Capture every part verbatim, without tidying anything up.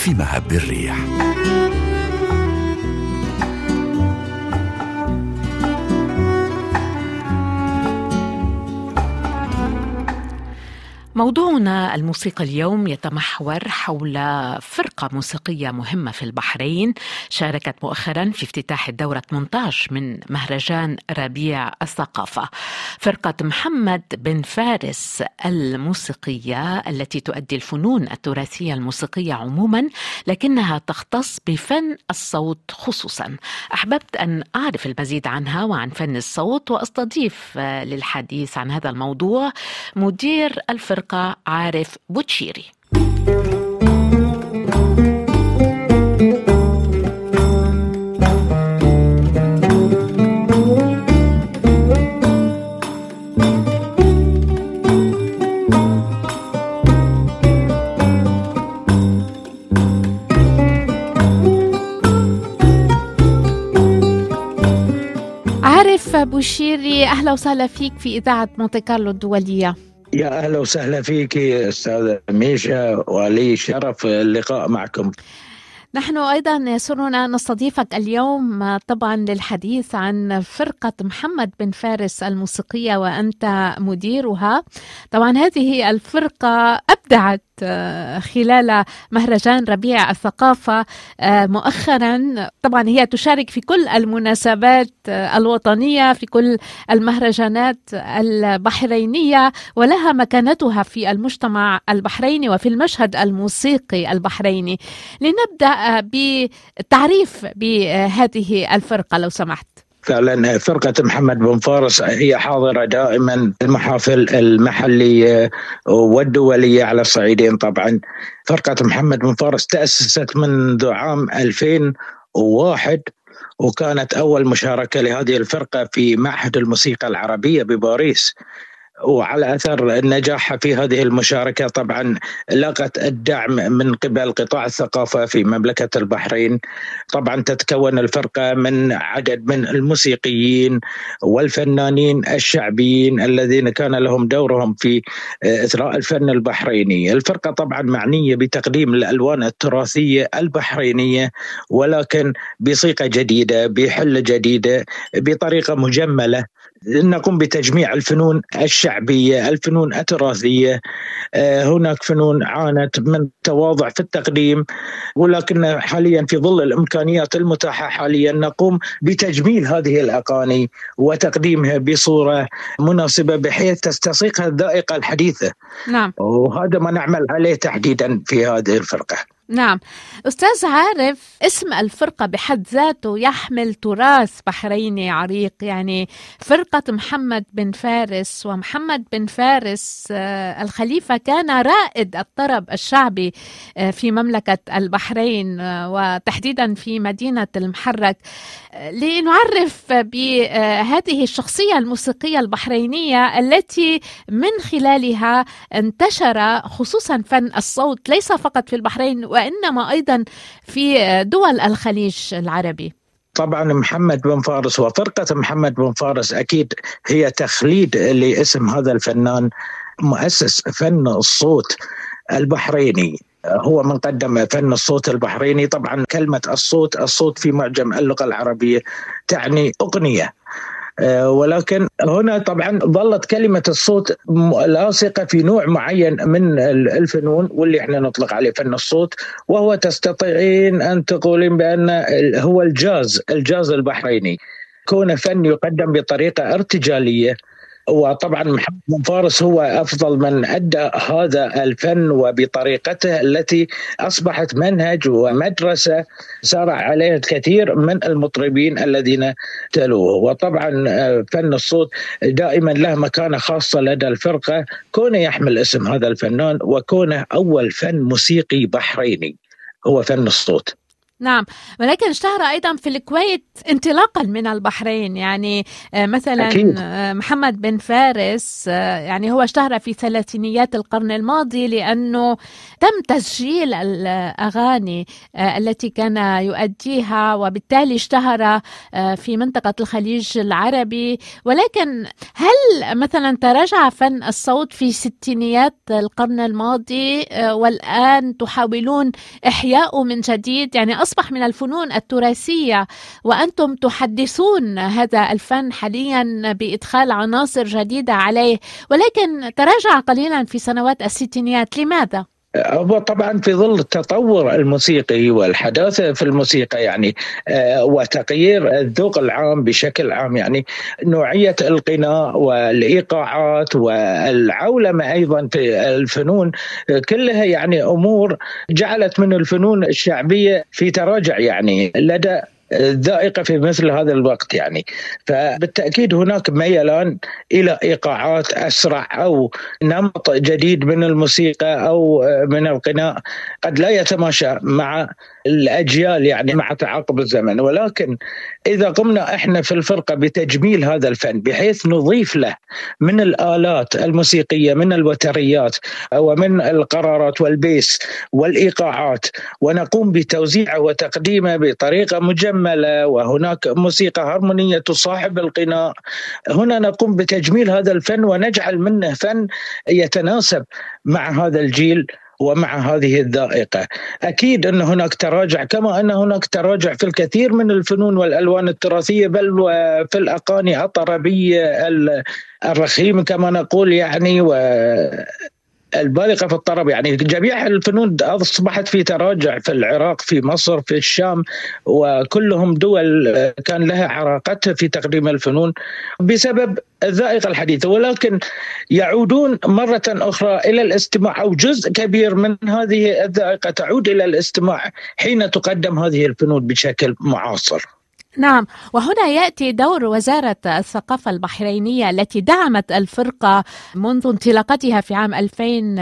في مهب الريح. موضوعنا الموسيقى اليوم يتمحور حول فرقة موسيقية مهمة في البحرين شاركت مؤخرا في افتتاح الدورة ثمانية عشر من مهرجان ربيع الثقافة، فرقة محمد بن فارس الموسيقية التي تؤدي الفنون التراثية الموسيقية عموما، لكنها تختص بفن الصوت خصوصا. أحببت أن أعرف المزيد عنها وعن فن الصوت، وأستضيف للحديث عن هذا الموضوع مدير الفرقة عارف بوتشيري. عارف بوشيري، أهلا وسهلا فيك في إذاعة مونتي كارلو الدولية. يا أهلا وسهلا فيك أستاذ ميشا، ولي شرف اللقاء معكم. نحن أيضا يسرنا نستضيفك اليوم طبعا للحديث عن فرقة محمد بن فارس الموسيقية وأنت مديرها. طبعا هذه الفرقة أبدعت خلال مهرجان ربيع الثقافة مؤخرا. طبعا هي تشارك في كل المناسبات الوطنية، في كل المهرجانات البحرينية، ولها مكانتها في المجتمع البحريني وفي المشهد الموسيقي البحريني. لنبدأ بتعريف بهذه الفرقة لو سمحت. فعلا فرقة محمد بن فارس هي حاضرة دائما المحافل المحلية والدولية على الصعيدين. طبعا فرقة محمد بن فارس تأسست منذ عام ألفين وواحد، وكانت أول مشاركة لهذه الفرقة في معهد الموسيقى العربية بباريس، وعلى أثر نجاحها في هذه المشاركة طبعا لقت الدعم من قبل قطاع الثقافة في مملكة البحرين. طبعا تتكون الفرقة من عدد من الموسيقيين والفنانين الشعبيين الذين كان لهم دورهم في إثراء الفن البحريني. الفرقة طبعا معنية بتقديم الألوان التراثية البحرينية، ولكن بصيغة جديدة، بحلة جديدة، بطريقة مجملة. نقوم بتجميع الفنون الشعبية، الفنون التراثية. هناك فنون عانت من تواضع في التقديم، ولكن حاليا في ظل الإمكانيات المتاحة حاليا نقوم بتجميل هذه الأغاني وتقديمها بصورة مناسبة بحيث تستسيقها الذائقة الحديثة. نعم. وهذا ما نعمل عليه تحديدا في هذه الفرقة. نعم أستاذ عارف، اسم الفرقة بحد ذاته يحمل تراث بحريني عريق، يعني فرقة محمد بن فارس. ومحمد بن فارس الخليفة كان رائد الطرب الشعبي في مملكة البحرين وتحديدا في مدينة المحرك. لنعرف بهذه الشخصية الموسيقية البحرينية التي من خلالها انتشر خصوصا فن الصوت ليس فقط في البحرين وإنما أيضا في دول الخليج العربي. طبعا محمد بن فارس وفرقة محمد بن فارس أكيد هي تخليد لاسم هذا الفنان، مؤسس فن الصوت البحريني. هو من قدم فن الصوت البحريني. طبعا كلمة الصوت، الصوت في معجم اللغة العربية تعني أغنية، ولكن هنا طبعا ظلت كلمة الصوت لاصقة في نوع معين من الفنون واللي احنا نطلق عليه فن الصوت، وهو تستطيعين أن تقولين بأن هو الجاز، الجاز البحريني، كونه فن يقدم بطريقة ارتجالية. وطبعا محمد بن فارس هو أفضل من أدى هذا الفن وبطريقته التي أصبحت منهج ومدرسة سار عليه الكثير من المطربين الذين تلوه. وطبعا فن الصوت دائما له مكانة خاصة لدى الفرقة، كونه يحمل اسم هذا الفنان وكونه أول فن موسيقي بحريني هو فن الصوت. نعم، ولكن اشتهر أيضا في الكويت انطلاقا من البحرين. يعني مثلا أكيد. محمد بن فارس يعني هو اشتهر في ثلاثينيات القرن الماضي لأنه تم تسجيل الأغاني التي كان يؤديها، وبالتالي اشتهر في منطقة الخليج العربي. ولكن هل مثلا تراجع فن الصوت في ستينيات القرن الماضي والآن تحاولون إحياءه من جديد؟ يعني أصبح من الفنون التراثية وأنتم تحدثون هذا الفن حاليا بإدخال عناصر جديدة عليه، ولكن تراجع قليلا في سنوات الستينيات. لماذا؟ هو طبعا في ظل التطور الموسيقي والحداثة في الموسيقى يعني وتغيير الذوق العام بشكل عام، يعني نوعية الغناء والإيقاعات والعولمة أيضا في الفنون كلها يعني أمور جعلت من الفنون الشعبية في تراجع يعني لدى الذائقة في مثل هذا الوقت. يعني فبالتأكيد هناك ميلان إلى إيقاعات أسرع أو نمط جديد من الموسيقى أو من الغناء قد لا يتماشى مع الأجيال يعني مع تعاقب الزمن. ولكن إذا قمنا إحنا في الفرقة بتجميل هذا الفن بحيث نضيف له من الآلات الموسيقية، من الوتريات ومن القرارات والبيس والإيقاعات، ونقوم بتوزيعه وتقديمه بطريقة مجملة، وهناك موسيقى هارمونية تصاحب الغناء، هنا نقوم بتجميل هذا الفن ونجعل منه فن يتناسب مع هذا الجيل ومع هذه الذائقة. أكيد أن هناك تراجع، كما أن هناك تراجع في الكثير من الفنون والألوان التراثية، بل في الأغاني الطربية الرخيم كما نقول يعني و البالغة في الطرب. يعني جميع الفنون أصبحت في تراجع في العراق، في مصر، في الشام، وكلهم دول كان لها عراقتها في تقديم الفنون بسبب الذائقة الحديثة. ولكن يعودون مرة أخرى إلى الاستماع، أو جزء كبير من هذه الذائقة تعود إلى الاستماع حين تقدم هذه الفنون بشكل معاصر. نعم، وهنا يأتي دور وزارة الثقافة البحرينية التي دعمت الفرقة منذ انطلاقتها في عام ألفين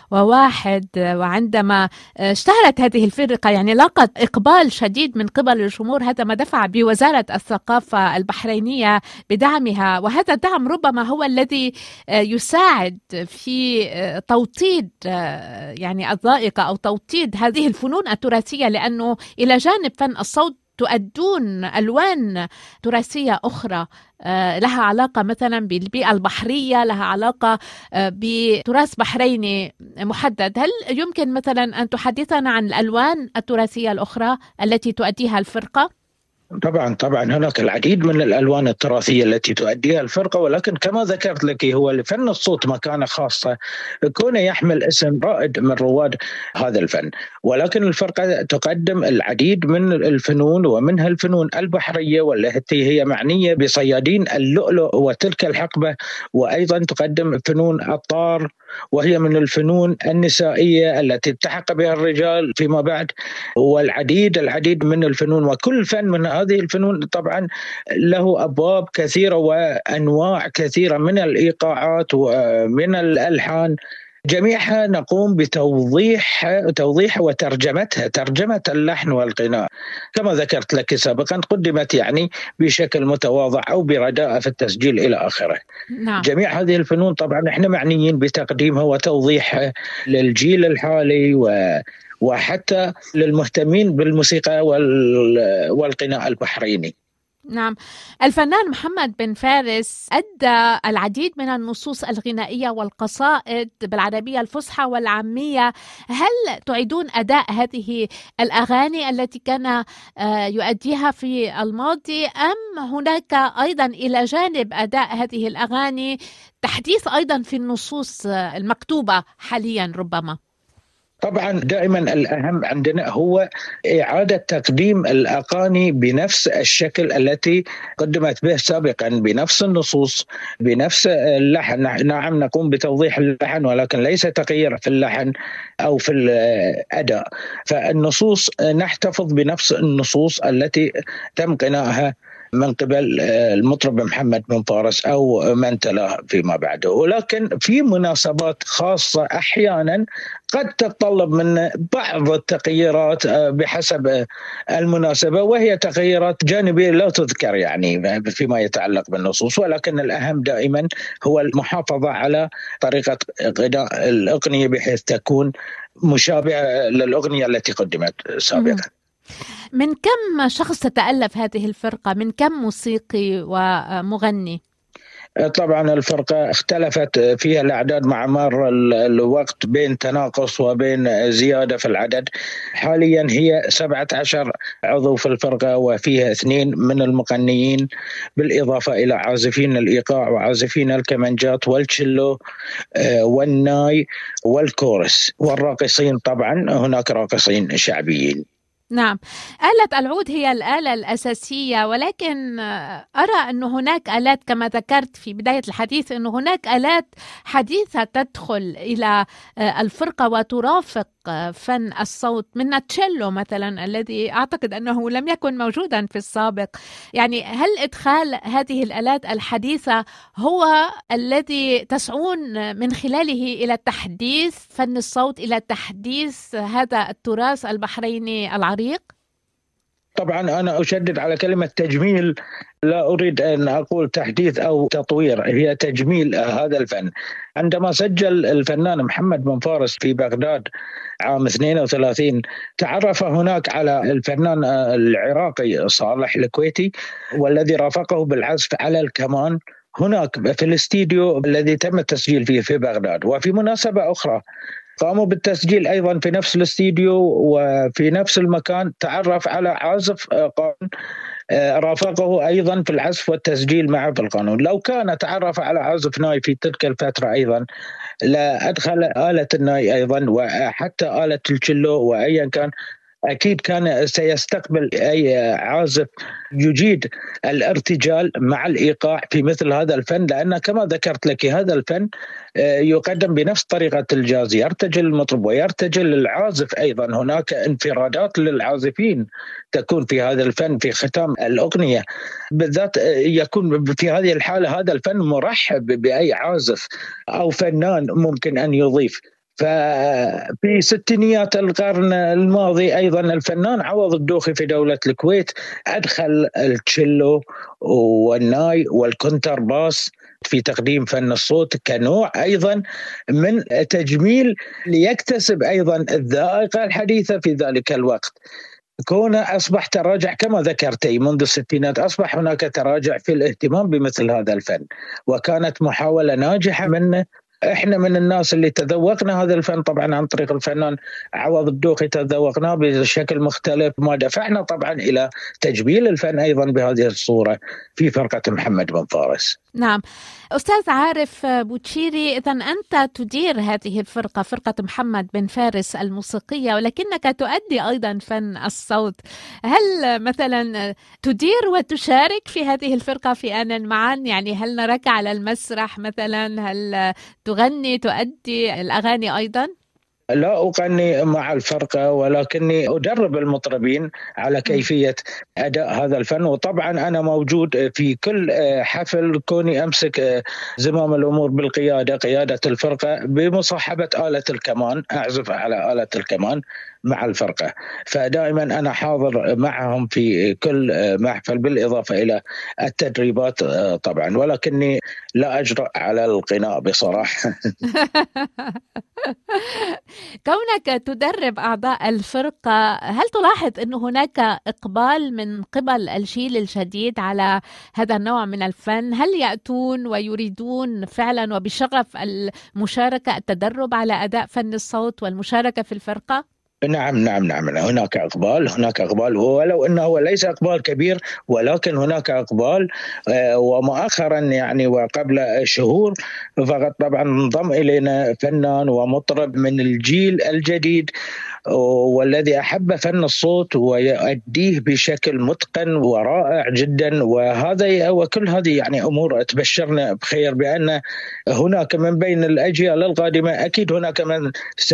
وواحد، وعندما اشتهرت هذه الفرقة يعني لاقت إقبال شديد من قبل الجمهور. هذا ما دفع بوزارة الثقافة البحرينية بدعمها، وهذا الدعم ربما هو الذي يساعد في توطيد يعني الذائقة أو توطيد هذه الفنون التراثية، لأنه إلى جانب فن الصوت تؤدون ألوان تراثية أخرى لها علاقة مثلا بالبيئة البحرية، لها علاقة بتراث بحريني محدد. هل يمكن مثلا أن تحدثنا عن الألوان التراثية الأخرى التي تؤديها الفرقة؟ طبعا طبعا هناك العديد من الألوان التراثية التي تؤديها الفرقة، ولكن كما ذكرت لك هو لفن الصوت مكانة خاصة كونه يحمل اسم رائد من رواد هذا الفن. ولكن الفرقة تقدم العديد من الفنون، ومنها الفنون البحرية والتي هي معنية بصيادين اللؤلؤ وتلك الحقبة، وأيضا تقدم فنون الطار وهي من الفنون النسائية التي التحق بها الرجال فيما بعد، والعديد العديد من الفنون. وكل فن من هذه الفنون طبعا له أبواب كثيرة وأنواع كثيرة من الإيقاعات ومن الألحان، جميعها نقوم بتوضيح توضيح وترجمتها، ترجمة اللحن والغناء كما ذكرت لك سابقا، قدمت يعني بشكل متواضع أو برداءة في التسجيل إلى آخره. نعم. جميع هذه الفنون طبعا احنا معنيين بتقديمها وتوضيحها للجيل الحالي و وحتى للمهتمين بالموسيقى والغناء البحريني. نعم، الفنان محمد بن فارس أدى العديد من النصوص الغنائية والقصائد بالعربية الفصحى والعامية. هل تعيدون أداء هذه الأغاني التي كان يؤديها في الماضي، أم هناك أيضا إلى جانب أداء هذه الأغاني تحديث أيضا في النصوص المكتوبة حاليا ربما؟ طبعا دائما الأهم عندنا هو إعادة تقديم الأغاني بنفس الشكل التي قدمت به سابقا، بنفس النصوص، بنفس اللحن. نعم نقوم بتوضيح اللحن ولكن ليس تغيير في اللحن أو في الأداء، فالنصوص نحتفظ بنفس النصوص التي تم قناعها من قبل المطرب محمد بن فارس أو من تلاه فيما بعده. ولكن في مناسبات خاصة أحيانا قد تتطلب من بعض التغييرات بحسب المناسبة، وهي تغييرات جانبية لا تذكر يعني فيما يتعلق بالنصوص، ولكن الأهم دائما هو المحافظة على طريقة غناء الأغنية بحيث تكون مشابهة للأغنية التي قدمت سابقا. من كم شخص تتألف هذه الفرقة؟ من كم موسيقي ومغني؟ طبعا الفرقة اختلفت فيها الأعداد مع مر الوقت، بين تناقص وبين زيادة في العدد. حاليا هي سبعة عشر عضو في الفرقة، وفيها اثنين من المغنيين بالإضافة إلى عازفين الإيقاع وعازفين الكمانجات والتشيلو والناي والكورس والراقصين. طبعا هناك راقصين شعبيين. نعم، آلة العود هي الآلة الأساسية، ولكن أرى أن هناك آلات كما ذكرت في بداية الحديث، أن هناك آلات حديثة تدخل إلى الفرقة وترافق فن الصوت، من التشيلو مثلا الذي أعتقد أنه لم يكن موجودا في السابق. يعني هل إدخال هذه الآلات الحديثة هو الذي تسعون من خلاله إلى تحديث فن الصوت، إلى تحديث هذا التراث البحريني العريق؟ طبعا أنا أشدد على كلمة تجميل، لا أريد أن أقول تحديث أو تطوير، هي تجميل هذا الفن. عندما سجل الفنان محمد بن فارس في بغداد عام اثنين وثلاثين، تعرف هناك على الفنان العراقي صالح الكويتي، والذي رافقه بالعزف على الكمان هناك في الاستديو الذي تم التسجيل فيه في بغداد. وفي مناسبة أخرى قاموا بالتسجيل أيضا في نفس الاستديو وفي نفس المكان، تعرف على عازف قانون رافقه أيضا في العزف والتسجيل معه في القانون. لو كان تعرف على عازف ناي في تلك الفترة أيضا، لا أدخل آلة الناي أيضا وحتى آلة التشيلو وأيا كان، أكيد كان سيستقبل أي عازف يجيد الارتجال مع الإيقاع في مثل هذا الفن، لأن كما ذكرت لك هذا الفن يقدم بنفس طريقة الجاز، يرتجل المطرب ويرتجل العازف أيضا. هناك انفرادات للعازفين تكون في هذا الفن في ختام الأغنية بالذات، يكون في هذه الحالة هذا الفن مرحب بأي عازف أو فنان ممكن أن يضيف. ففي ستينيات القرن الماضي أيضا الفنان عوض الدوخي في دولة الكويت أدخل التشيلو والناي والكونترباس في تقديم فن الصوت كنوع أيضا من تجميل، ليكتسب أيضا الذائقة الحديثة في ذلك الوقت. كونه أصبح تراجع كما ذكرتي منذ الستينات، أصبح هناك تراجع في الاهتمام بمثل هذا الفن، وكانت محاولة ناجحة منه. احنا من الناس اللي تذوقنا هذا الفن طبعا عن طريق الفنان عوض الدوخي، تذوقناه بشكل مختلف، ما دفعنا طبعا الى تجميل الفن ايضا بهذه الصورة في فرقة محمد بن فارس. نعم أستاذ عارف بوتشيري، إذن أنت تدير هذه الفرقة، فرقة محمد بن فارس الموسيقية، ولكنك تؤدي أيضا فن الصوت. هل مثلا تدير وتشارك في هذه الفرقة في آن معا؟ يعني هل نراك على المسرح مثلا؟ هل تغني تؤدي الأغاني أيضا؟ لا أغني مع الفرقة، ولكني أدرب المطربين على كيفية أداء هذا الفن. وطبعا أنا موجود في كل حفل، كوني أمسك زمام الأمور بالقيادة، قيادة الفرقة بمصاحبة آلة الكمان، أعزف على آلة الكمان مع الفرقة. فدائما أنا حاضر معهم في كل محفل، بالإضافة إلى التدريبات طبعا، ولكني لا أجرأ على القناء بصراحة. كونك تدرب أعضاء الفرقة، هل تلاحظ أن هناك إقبال من قبل الجيل الجديد على هذا النوع من الفن؟ هل يأتون ويريدون فعلا وبشغف المشاركة، التدرب على أداء فن الصوت والمشاركة في الفرقة؟ نعم نعم نعم هناك إقبال، هناك إقبال، ولو أنه ليس إقبال كبير ولكن هناك إقبال. ومؤخرا يعني وقبل شهور فقط طبعا انضم إلينا فنان ومطرب من الجيل الجديد، والذي أحب فن الصوت ويؤديه بشكل متقن ورائع جدا. وهذا وكل هذه يعني أمور تبشرنا بخير، بأن هناك من بين الأجيال القادمة أكيد هناك من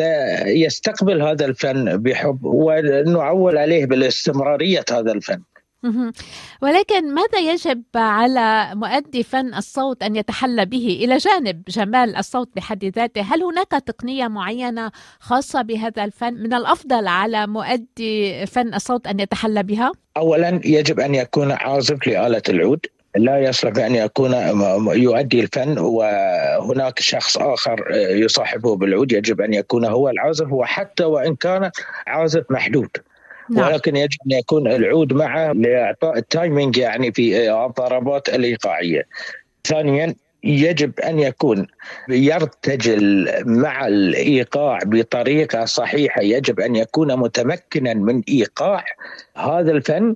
سيستقبل هذا الفن بحب، ونعول عليه بالاستمرارية هذا الفن. ولكن ماذا يجب على مؤدي فن الصوت أن يتحلى به إلى جانب جمال الصوت بحد ذاته؟ هل هناك تقنية معينة خاصة بهذا الفن من الأفضل على مؤدي فن الصوت أن يتحلى بها؟ أولا يجب أن يكون عازف لآلة العود، لا يصلح أن يكون يؤدي الفن وهناك شخص آخر يصاحبه بالعود. يجب أن يكون هو العازف، وحتى وإن كان عازف محدود، نعم. ولكن يجب أن يكون العود معه لإعطاء التايمينج يعني في الضربات الإيقاعية. ثانيا يجب أن يكون يرتجل مع الإيقاع بطريقة صحيحة، يجب أن يكون متمكنا من إيقاع هذا الفن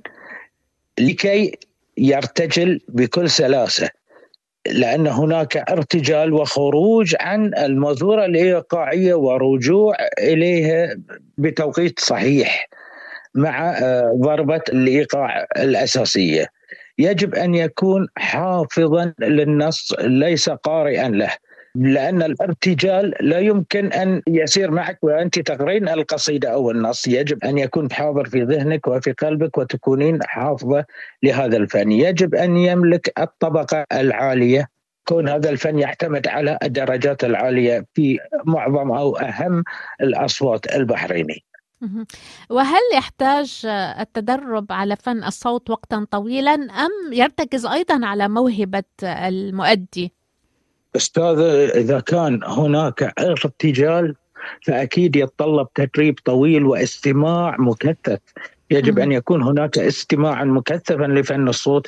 لكي يرتجل بكل سلاسة، لأن هناك ارتجال وخروج عن المزورة الإيقاعية ورجوع إليها بتوقيت صحيح مع ضربة الإيقاع الأساسية. يجب أن يكون حافظا للنص ليس قارئا له، لأن الارتجال لا يمكن أن يسير معك وأنت تقرين القصيدة أو النص. يجب أن يكون حاضر في ذهنك وفي قلبك وتكونين حافظة لهذا الفن. يجب أن يملك الطبقة العالية، كون هذا الفن يعتمد على الدرجات العالية في معظم أو أهم الأصوات البحريني. وهل يحتاج التدرب على فن الصوت وقتا طويلا أم يرتكز أيضا على موهبة المؤدي؟ أستاذ، إذا كان هناك ارتجال فأكيد يتطلب تدريب طويل واستماع مكثف. يجب أن يكون هناك استماعا مكثفا لفن الصوت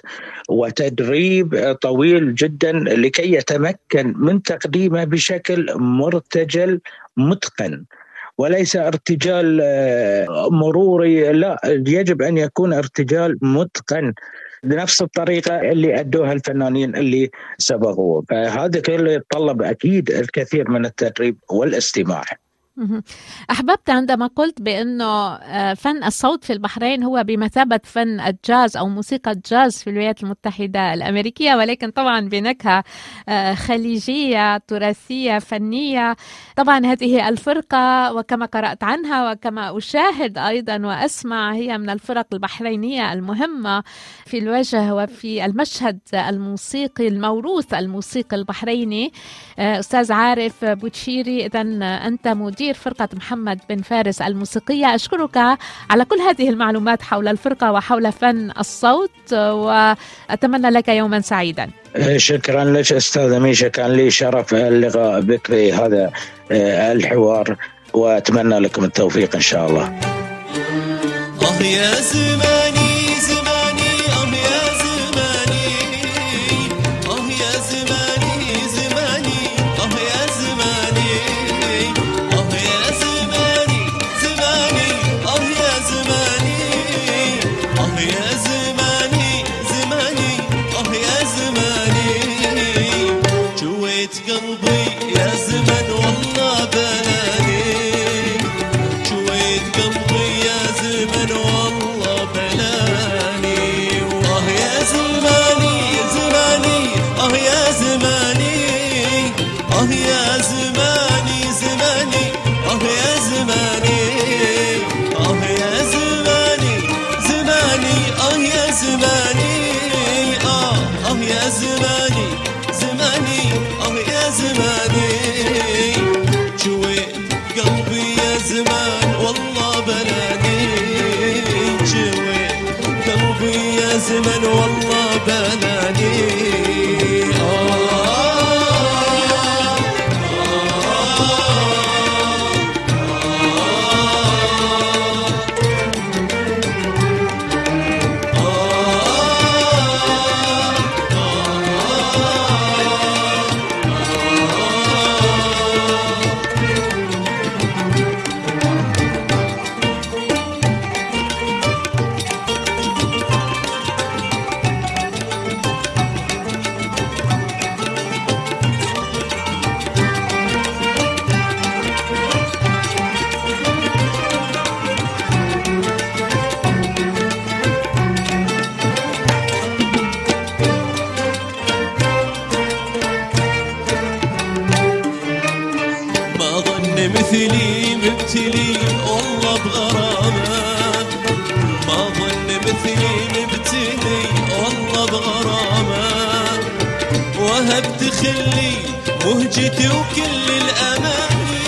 وتدريب طويل جدا لكي يتمكن من تقديمه بشكل مرتجل متقن، وليس ارتجال مروري. لا، يجب أن يكون ارتجال متقن بنفس الطريقة اللي أدوها الفنانين اللي سبقوا. فهذا كله يتطلب أكيد الكثير من التدريب والاستماع. أحببت عندما قلت بأنه فن الصوت في البحرين هو بمثابة فن الجاز أو موسيقى الجاز في الولايات المتحدة الأمريكية، ولكن طبعا بنكهة خليجية تراثية فنية. طبعا هذه الفرقة وكما قرأت عنها وكما أشاهد أيضا وأسمع هي من الفرق البحرينية المهمة في الوجه وفي المشهد الموسيقي الموروث الموسيقي البحريني. أستاذ عارف بوتشيري، إذن أنت مدير فرقة محمد بن فارس الموسيقية. أشكرك على كل هذه المعلومات حول الفرقة وحول فن الصوت، وأتمنى لك يوما سعيدا. شكرا لك أستاذ ميشا، كان لي شرف اللقاء بك في هذا الحوار، وأتمنى لكم التوفيق إن شاء الله. آه يا زماني زماني، آه يا زماني، آه يا زماني زماني، آه يا زماني، آه يا زماني زماني، آه يا زماني، آه يا زماني زماني، آه يا زماني. جويت قلبي يا زمن والله بلاني، جويت قلبي يا زمن والله بلاني. آه يا زماني زماني، آه يا زماني، آه يا زماني زماني، آه يا زماني، آه يا زماني زماني، آه يا زماني، آه آه يا زماني زماني، آه يا زماني. جويت قلبي يا زمان والله بلاني، جويت قلبي يا زمن والله بلاني. وهبت خلي مهجتي وكل الأماني،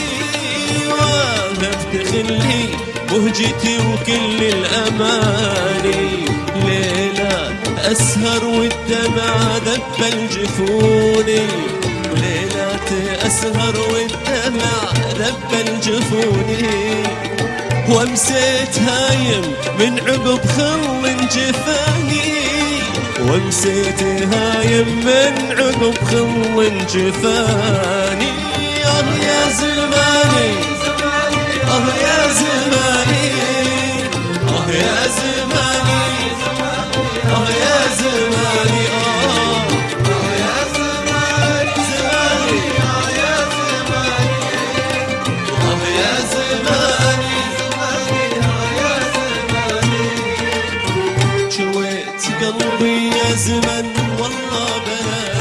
وهبت خلي مهجتي وكل الأماني. ليلة أسهر والدمع ذبل جفوني، ليلة أسهر والدمع ذبل جفوني. وامسيت هايم من عقب خل جفاني، وامسيت هايم من عقب خل جفاني. آه يا زماني، آه يا زماني، آه يا زماني، آه يا زماني، آه يا زماني، زماني، آه يا زماني، آه يا زماني، آه يا زماني. شويت قلبي يا زمن والله بلا